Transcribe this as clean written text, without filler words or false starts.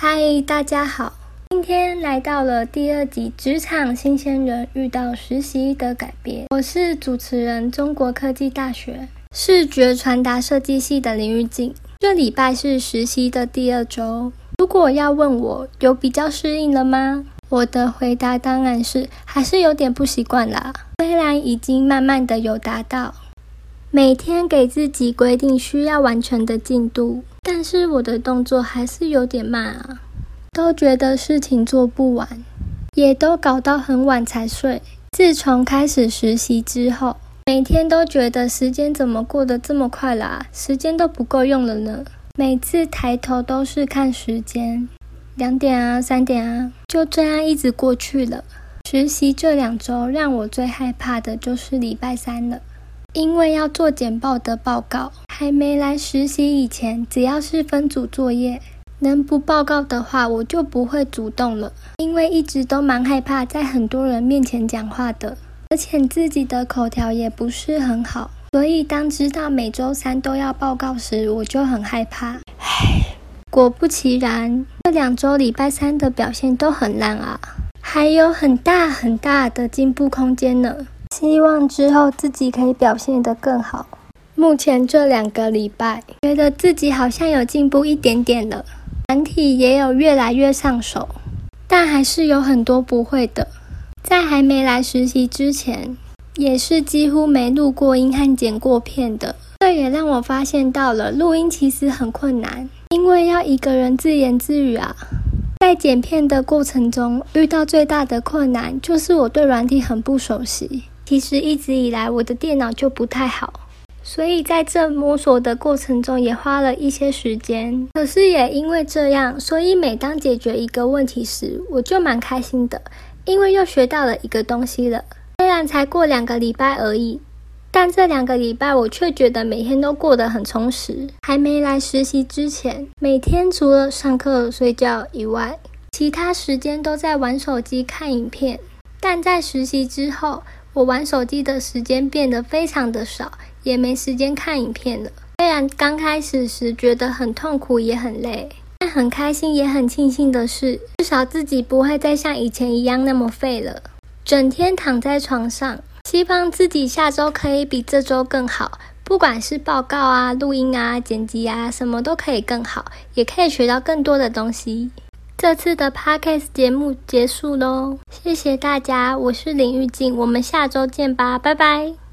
嗨，大家好，今天来到了第二集职场新鲜人遇到实习的改变。我是主持人，中国科技大学视觉传达设计系的林玉静。这礼拜是实习的第2周，如果要问我有比较适应了吗？我的回答当然是还是有点不习惯啦。虽然已经慢慢的有达到每天给自己规定需要完成的进度，但是我的动作还是有点慢啊，都觉得事情做不完，也都搞到很晚才睡。自从开始实习之后，每天都觉得时间怎么过得这么快啦，时间都不够用了呢。每次抬头都是看时间，2点啊3点啊，就这样一直过去了。实习这2周让我最害怕的就是礼拜3了，因为要做简报的报告。还没来实习以前，只要是分组作业，能不报告的话我就不会主动了，因为一直都蛮害怕在很多人面前讲话的，而且自己的口条也不是很好，所以当知道每周3都要报告时，我就很害怕。果不其然，这2周礼拜3的表现都很烂啊，还有很大的进步空间呢。希望之后自己可以表现得更好。目前这2个礼拜，觉得自己好像有进步一点点了，软体也有越来越上手，但还是有很多不会的。在还没来实习之前，也是几乎没录过音和剪过片的。这也让我发现到了录音其实很困难，因为要一个人自言自语啊。在剪片的过程中，遇到最大的困难就是我对软体很不熟悉。其实一直以来我的电脑就不太好，所以在这摸索的过程中也花了一些时间。可是也因为这样，所以每当解决一个问题时，我就蛮开心的，因为又学到了一个东西了。虽然才过2个礼拜而已，但这2个礼拜我却觉得每天都过得很充实。还没来实习之前，每天除了上课睡觉以外，其他时间都在玩手机看影片。但在实习之后，我玩手机的时间变得非常的少，也没时间看影片了。虽然刚开始时觉得很痛苦也很累，但很开心也很庆幸的是，至少自己不会再像以前一样那么废了，整天躺在床上。希望自己下周可以比这周更好，不管是报告啊、录音啊、剪辑啊，什么都可以更好，也可以学到更多的东西。这次的 Podcast 节目结束咯，谢谢大家，我是林玉静，我们下周见吧，拜拜。